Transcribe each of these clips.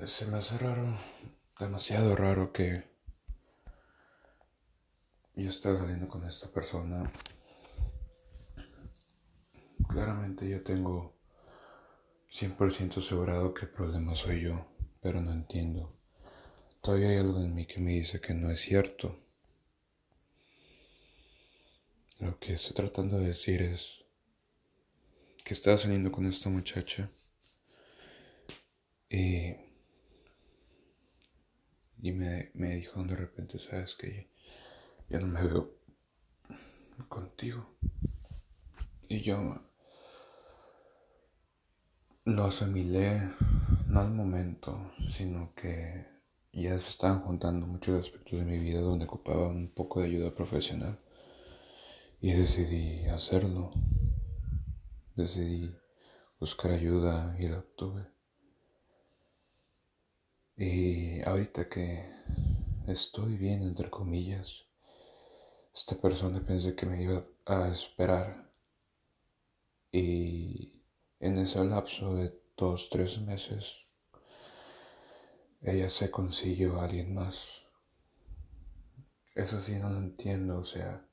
Se me hace raro, demasiado raro que yo esté saliendo con esta persona. Claramente yo tengo 100% asegurado que el problema soy yo, pero no entiendo. Todavía hay algo en mí que me dice que no es cierto. Lo que estoy tratando de decir es que estaba saliendo con esta muchacha y, y me dijo de repente, sabes que ya no me veo contigo. Y yo lo asimilé, no al momento, sino que ya se estaban juntando muchos aspectos de mi vida donde ocupaba un poco de ayuda profesional. Y decidí hacerlo. Decidí buscar ayuda y la obtuve. Y ahorita que estoy bien, entre comillas, esta persona pensé que me iba a esperar. Y en ese lapso de 2, 3 meses, ella se consiguió a alguien más. Eso sí no lo entiendo, o sea,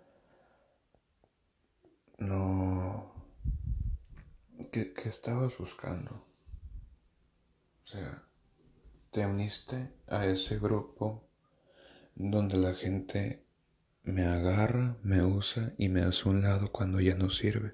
no... ¿Qué estabas buscando? O sea, te uniste a ese grupo donde la gente me agarra, me usa y me hace un lado cuando ya no sirve.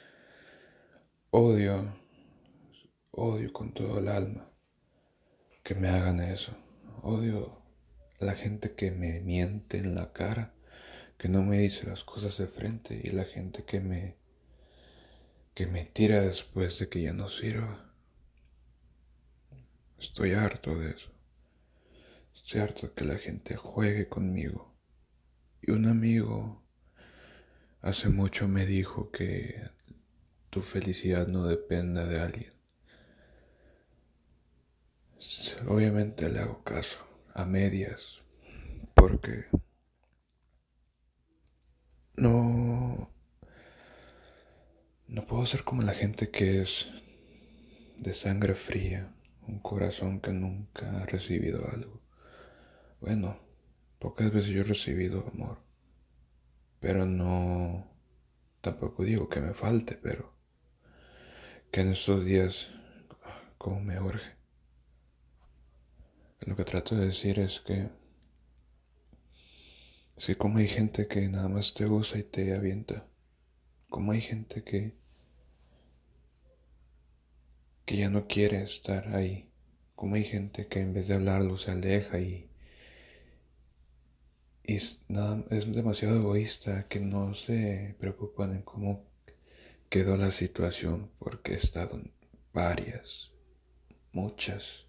Odio, odio con todo el alma que me hagan eso. Odio la gente que me miente en la cara, que no me dice las cosas de frente y la gente que me tira después de que ya no sirva. Estoy harto de eso. Estoy harto de que la gente juegue conmigo. Y un amigo hace mucho me dijo que tu felicidad no dependa de alguien. Obviamente le hago caso, a medias, porque no, no puedo ser como la gente que es de sangre fría, un corazón que nunca ha recibido algo. Bueno, pocas veces yo he recibido amor, pero no, tampoco digo que me falte, pero que en estos días, como me urge. Lo que trato de decir es que sí, como hay gente que nada más te usa y te avienta, como hay gente que ya no quiere estar ahí, como hay gente que en vez de hablarlo se aleja y es demasiado egoísta, que no se preocupan en cómo quedó la situación, porque he estado en varias, muchas,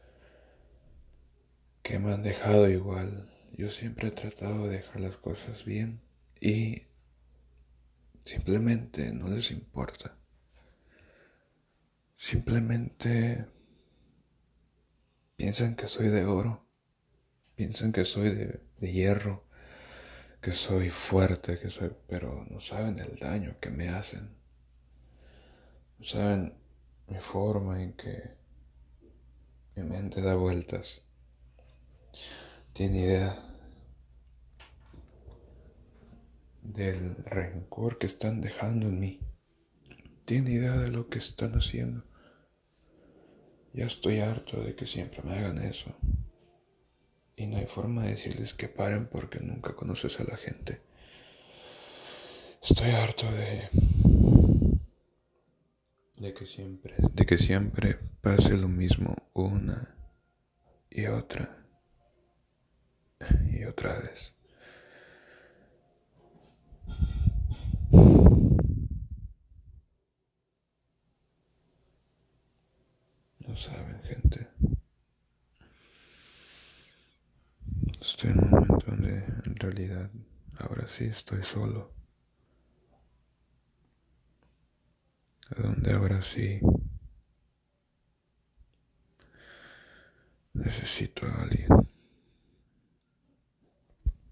que me han dejado igual. Yo siempre he tratado de dejar las cosas bien y simplemente no les importa. Simplemente piensan que soy de oro, piensan que soy de hierro, que soy fuerte, pero no saben el daño que me hacen. No saben mi forma en que mi mente da vueltas. Tiene idea del rencor que están dejando en mí. Tiene idea de lo que están haciendo. Ya estoy harto de que siempre me hagan eso. Y no hay forma de decirles que paren porque nunca conoces a la gente. Estoy harto de que siempre pase lo mismo una y otra y otra vez. No saben, gente. Estoy en un momento donde en realidad ahora sí estoy solo. Donde ahora sí necesito a alguien.